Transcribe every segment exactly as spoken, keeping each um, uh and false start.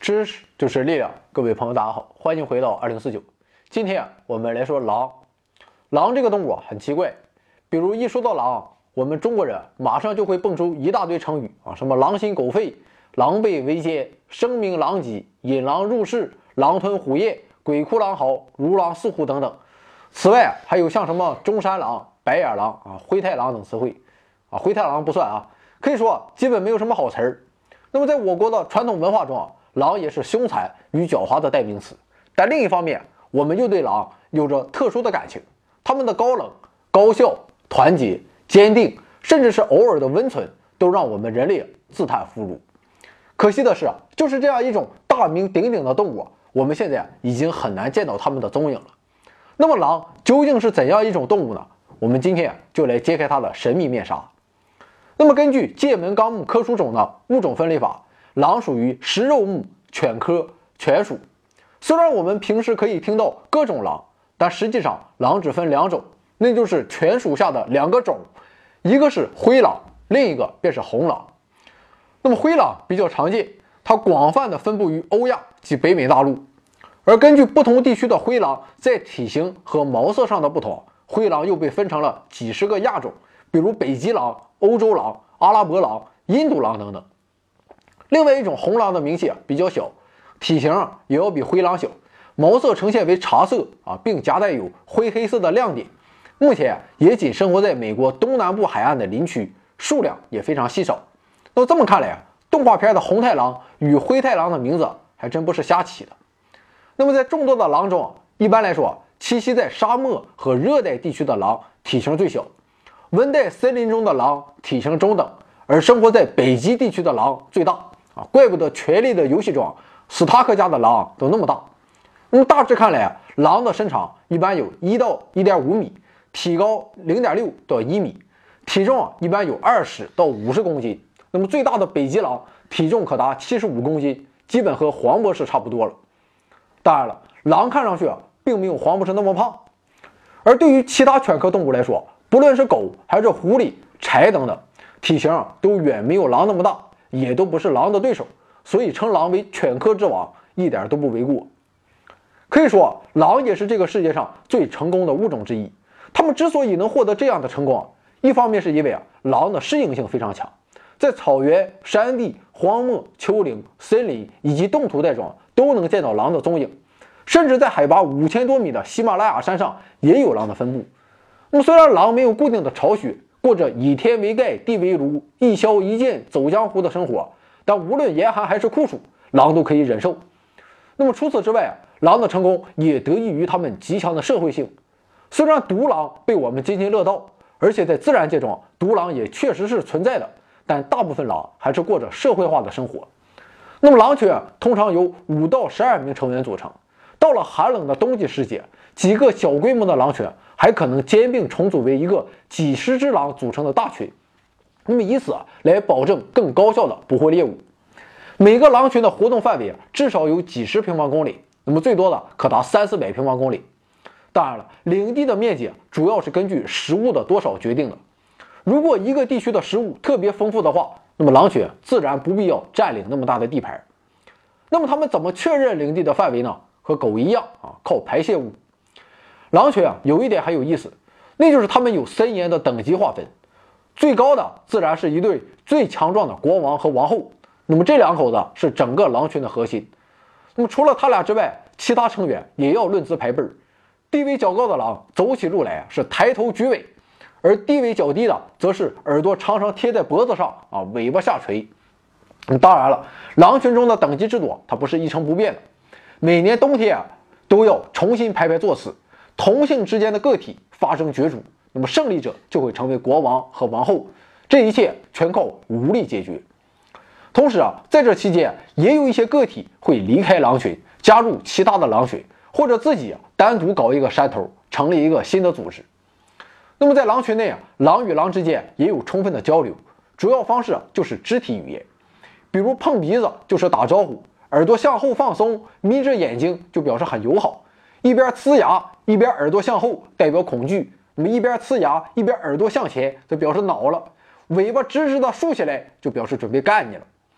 知识就是力量，各位朋友大家好，欢迎回到二零四九。今天啊，我们来说狼。狼这个动物啊很奇怪，比如一说到狼，我们中国人马上就会蹦出一大堆成语啊，什么狼心狗肺、狼狈为奸、声名狼藉、引狼入室、狼吞虎咽、鬼哭狼嚎、如狼似虎等等。此外啊，还有像什么中山狼、白眼狼啊、灰太狼等词汇啊，灰太狼不算啊，可以说啊，基本没有什么好词儿。那么在我国的传统文化中啊，狼也是凶残与狡猾的代名词。但另一方面，我们又对狼有着特殊的感情，它们的高冷、高效、团结、坚定，甚至是偶尔的温存，都让我们人类自叹弗如。可惜的是啊，就是这样一种大名鼎鼎的动物啊，我们现在已经很难见到它们的踪影了。那么狼究竟是怎样一种动物呢？我们今天就来揭开它的神秘面纱。那么根据《界门纲目科属种的物种分类法》，狼属于食肉目犬科犬属。虽然我们平时可以听到各种狼，但实际上狼只分两种，那就是犬属下的两个种，一个是灰狼，另一个便是红狼。那么灰狼比较常见，它广泛的分布于欧亚及北美大陆。而根据不同地区的灰狼在体型和毛色上的不同，灰狼又被分成了几十个亚种，比如北极狼、欧洲狼、阿拉伯狼、印度狼等等。另外一种红狼的名气比较小，体型也要比灰狼小，毛色呈现为茶色啊，并夹带有灰黑色的亮点。目前也仅生活在美国东南部海岸的林区，数量也非常稀少。那这么看来啊，动画片的红太狼与灰太狼的名字还真不是瞎起的。那么在众多的狼中，一般来说，栖息在沙漠和热带地区的狼体型最小，温带森林中的狼体型中等，而生活在北极地区的狼最大啊！怪不得《权力的游戏》中史塔克家的狼都那么大。那么大致看来啊，狼的身长一般有一到一点五米，体高零点六到一米，体重啊一般有二十到五十公斤。那么最大的北极狼体重可达七十五公斤，基本和黄博士差不多了。当然了，狼看上去啊，并没有黄博士那么胖。而对于其他犬科动物来说，不论是狗还是狐狸、豺等等，体型啊都远没有狼那么大，也都不是狼的对手，所以称狼为犬科之王一点都不为过。可以说，狼也是这个世界上最成功的物种之一。它们之所以能获得这样的成功，一方面是因为啊，狼的适应性非常强，在草原、山地、荒漠、丘陵、森林以及冻土带中都能见到狼的踪影，甚至在海拔五千多米的喜马拉雅山上也有狼的分布。那么虽然狼没有固定的巢穴，过着以天为盖、地为炉、一箫一剑走江湖的生活，但无论严寒还是酷暑，狼都可以忍受。那么除此之外啊，狼的成功也得益于它们极强的社会性。虽然独狼被我们津津乐道，而且在自然界中独狼也确实是存在的，但大部分狼还是过着社会化的生活。那么狼群通常由五到十二名成员组成，到了寒冷的冬季时节，几个小规模的狼群还可能兼并重组为一个几十只狼组成的大群，那么以此来保证更高效的捕获猎物。每个狼群的活动范围至少有几十平方公里，那么最多的可达三四百平方公里。当然了，领地的面积主要是根据食物的多少决定的。如果一个地区的食物特别丰富的话，那么狼群自然不必要占领那么大的地盘。那么他们怎么确认领地的范围呢？和狗一样啊，靠排泄物。狼群啊，有一点很有意思，那就是他们有森严的等级划分，最高的自然是一对最强壮的国王和王后，那么这两口子是整个狼群的核心。那么除了他俩之外，其他成员也要论资排辈儿。地位较高的狼走起路来是抬头举尾，而地位较低的则是耳朵常常贴在脖子上啊，尾巴下垂。当然了，狼群中的等级制度它不是一成不变的，每年冬天啊都要重新排排座次，同性之间的个体发生角逐，那么胜利者就会成为国王和王后，这一切全靠武力解决。同时啊，在这期间也有一些个体会离开狼群，加入其他的狼群，或者自己单独搞一个山头，成立一个新的组织。那么在狼群内啊，狼与狼之间也有充分的交流，主要方式就是肢体语言，比如碰鼻子就是打招呼，耳朵向后放松，眯着眼睛就表示很友好，一边呲牙一边耳朵向后代表恐惧，那么一边呲牙一边耳朵向前就表示恼了，尾巴直直的竖起来就表示准备干你了。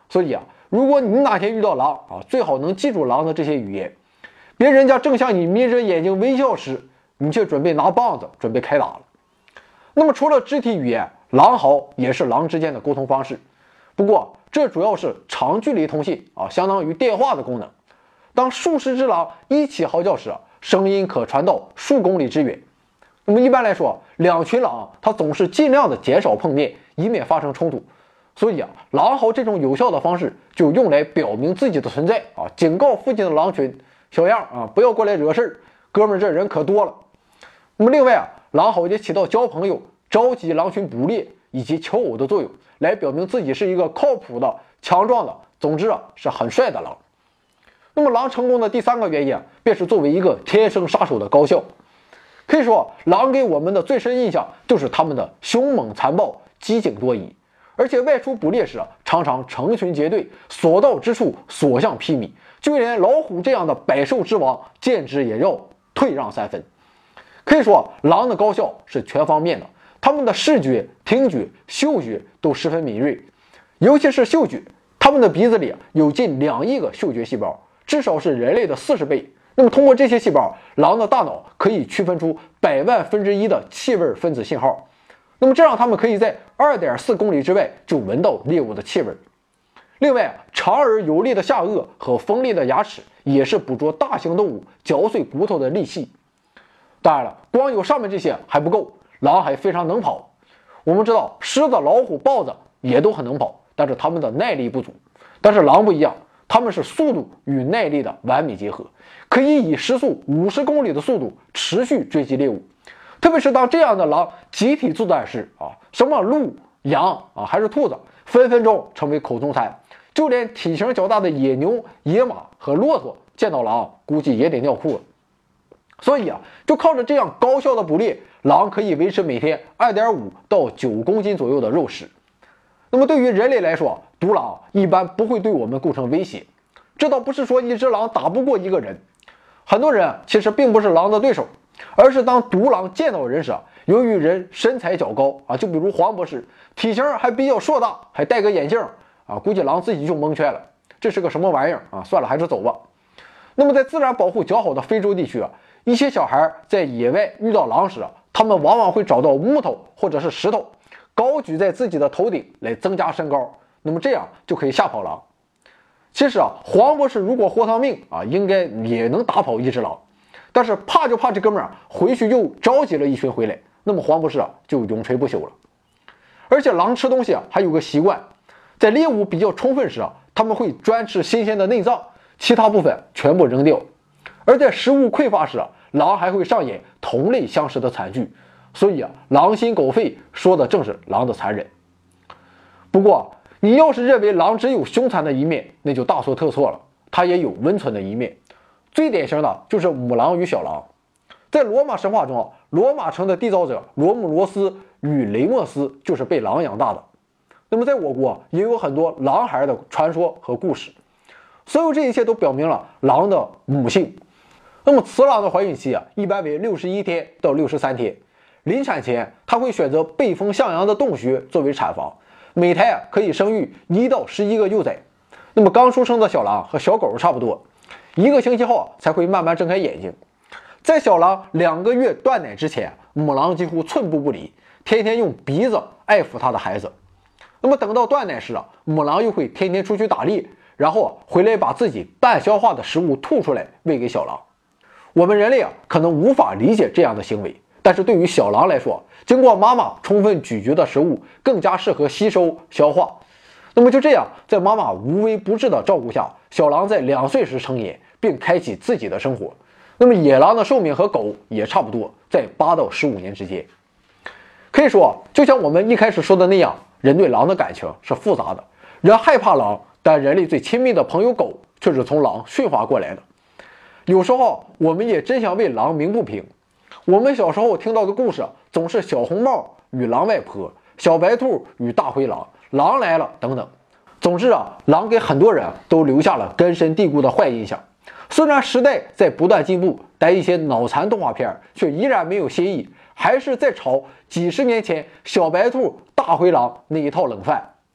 所以啊，如果你哪天遇到狼啊，最好能记住狼的这些语言。别人家正向你眯着眼睛微笑时，你却准备拿棒子准备开打了。那么除了肢体语言，狼嚎也是狼之间的沟通方式。不过这主要是长距离通信啊，相当于电话的功能。当数十只狼一起嚎叫时，声音可传到数公里之远。那么一般来说，两群狼它总是尽量的减少碰面，以免发生冲突。所以啊，狼嚎这种有效的方式就用来表明自己的存在啊，警告附近的狼群，小样啊，不要过来惹事儿，哥们儿这人可多了。那么另外啊，狼嚎也起到交朋友、召集狼群捕猎以及求偶的作用，来表明自己是一个靠谱的、强壮的，总之啊是很帅的狼。那么狼成功的第三个原因啊，便是作为一个天生杀手的高效。可以说，狼给我们的最深印象就是它们的凶猛残暴、机警多疑，而且外出捕猎时啊，常常成群结队，所到之处所向披靡，就连老虎这样的百兽之王见之也要退让三分。可以说，狼的高效是全方面的，它们的视觉、听觉、嗅觉都十分敏锐，尤其是嗅觉，它们的鼻子里有近两亿个嗅觉细胞，至少是人类的四十倍。那么通过这些细胞，狼的大脑可以区分出百万分之一的气味分子信号。那么这让它们可以在 二点四公里之外就闻到猎物的气味。另外，长而有力的下颚和锋利的牙齿也是捕捉大型动物嚼碎骨头的利器。当然了，光有上面这些还不够，狼还非常能跑。我们知道狮子、老虎、豹子也都很能跑，但是它们的耐力不足。但是狼不一样，它们是速度与耐力的完美结合，可以以时速五十公里的速度持续追击猎物。特别是当这样的狼集体作战时啊，什么鹿、羊啊还是兔子，分分钟成为口中餐。就连体型较大的野牛、野马和骆驼见到狼，估计也得尿裤了。所以啊，就靠着这样高效的捕猎，狼可以维持每天 二点五到九公斤左右的肉食。那么对于人类来说，独狼一般不会对我们构成威胁。这倒不是说一只狼打不过一个人，很多人其实并不是狼的对手，而是当独狼见到人时，由于人身材较高啊，就比如黄博士，体型还比较硕大，还戴个眼镜啊，估计狼自己就蒙圈了，这是个什么玩意儿啊？算了，还是走吧。那么在自然保护较好的非洲地区啊，一些小孩在野外遇到狼时啊，他们往往会找到木头或者是石头，高举在自己的头顶来增加身高，那么这样就可以吓跑狼。其实啊，黄博士如果活条命啊，应该也能打跑一只狼，但是怕就怕这哥们儿回去又召集了一群回来，那么黄博士啊就永垂不朽了。而且狼吃东西啊还有个习惯，在猎物比较充分时啊，他们会专吃新鲜的内脏，其他部分全部扔掉。而在食物匮乏时啊，狼还会上演同类相食的惨剧。所以啊，狼心狗肺说的正是狼的残忍。不过你要是认为狼只有凶残的一面，那就大错特错了，它也有温存的一面。最典型的就是母狼与小狼。在罗马神话中，罗马城的缔造者罗姆罗斯与雷莫斯就是被狼养大的。那么在我国也有很多狼孩的传说和故事，所有这一切都表明了狼的母性。那么雌狼的怀孕期啊，一般为六十一天到六十三天。临产前，它会选择背风向阳的洞穴作为产房，每胎啊可以生育一到十一个幼崽。那么刚出生的小狼和小狗差不多，一个星期后才会慢慢睁开眼睛。在小狼两个月断奶之前，母狼几乎寸步不离，天天用鼻子爱抚它的孩子。那么等到断奶时啊，母狼又会天天出去打猎，然后回来把自己半消化的食物吐出来喂给小狼。我们人类啊可能无法理解这样的行为，但是对于小狼来说，经过妈妈充分咀嚼的食物更加适合吸收消化。那么就这样，在妈妈无微不至的照顾下，小狼在两岁时成年，并开启自己的生活。那么野狼的寿命和狗也差不多，在八到十五年之间。可以说，就像我们一开始说的那样，人对狼的感情是复杂的。人害怕狼，但人类最亲密的朋友狗却是从狼驯化过来的。有时候我们也真想为狼鸣不平。我们小时候听到的故事总是小红帽与狼外婆，小白兔与大灰狼，狼来了等等。总之啊，狼给很多人都留下了根深蒂固的坏印象。虽然时代在不断进步，但一些脑残动画片却依然没有新意，还是在炒几十年前小白兔、大灰狼那一套冷饭。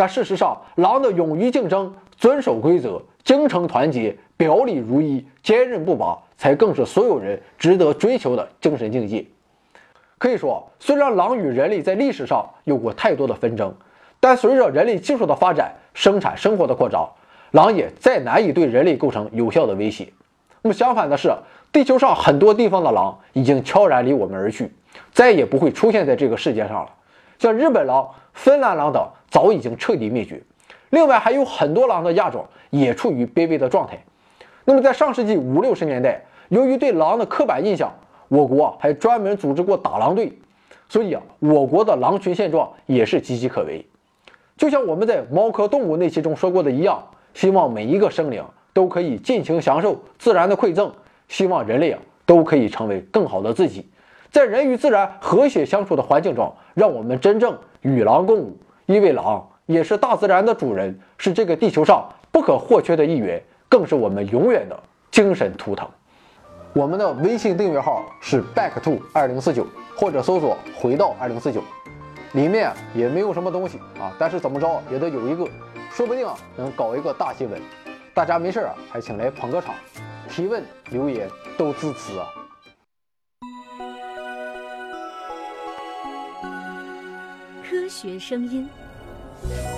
但事实上，狼的勇于竞争、遵守规则、精诚团结、表里如一、坚韧不拔，才更是所有人值得追求的精神境界。可以说，虽然狼与人类在历史上有过太多的纷争，但随着人类技术的发展、生产生活的扩张，狼也再难以对人类构成有效的威胁。那么相反的是，地球上很多地方的狼已经悄然离我们而去，再也不会出现在这个世界上了。像日本狼、芬兰狼等早已经彻底灭绝，另外还有很多狼的亚种也处于濒危的状态。那么在上世纪五六十年代，由于对狼的刻板印象，我国还专门组织过打狼队，所以啊，我国的狼群现状也是岌岌可危。就像我们在猫科动物那期中说过的一样，希望每一个生灵都可以尽情享受自然的馈赠，希望人类啊都可以成为更好的自己，在人与自然和谐相处的环境中，让我们真正与狼共舞，因为狼也是大自然的主人，是这个地球上不可或缺的一员，更是我们永远的精神图腾。我们的微信订阅号是 back to 二零四九，或者搜索回到二零四九，里面也没有什么东西啊，但是怎么着也得有一个，说不定啊能搞一个大新闻。大家没事啊，还请来捧个场，提问留言都支持啊。 科学声音。